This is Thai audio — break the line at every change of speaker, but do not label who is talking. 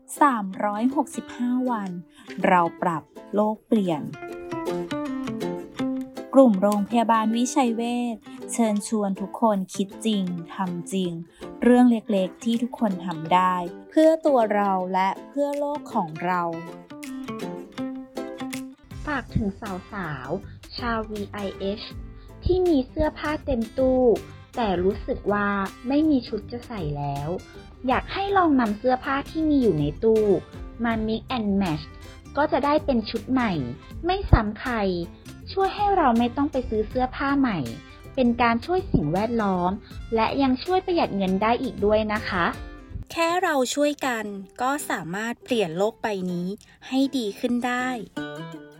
365 วันเราปรับโลกเปลี่ยนกลุ่มโรงพยาบาลวิชัยเวชเชิญชวนทุกคนคิดจริงทำจริงเรื่องเล็กๆที่ทุกคนทำได้เพื่อตัวเราและเพื่อโลกของเรา
ฝากถึงสาวๆชาว VIH ที่มีเสื้อผ้าเต็มตู้แต่รู้สึกว่าไม่มีชุดจะใส่แล้วอยากให้ลองนำเสื้อผ้าที่มีอยู่ในตู้มา mix and match ก็จะได้เป็นชุดใหม่ไม่ซ้ำใครช่วยให้เราไม่ต้องไปซื้อเสื้อผ้าใหม่เป็นการช่วยสิ่งแวดล้อมและยังช่วยประหยัดเงินได้อีกด้วยนะคะ
แค่เราช่วยกันก็สามารถเปลี่ยนโลกใบนี้ให้ดีขึ้นได้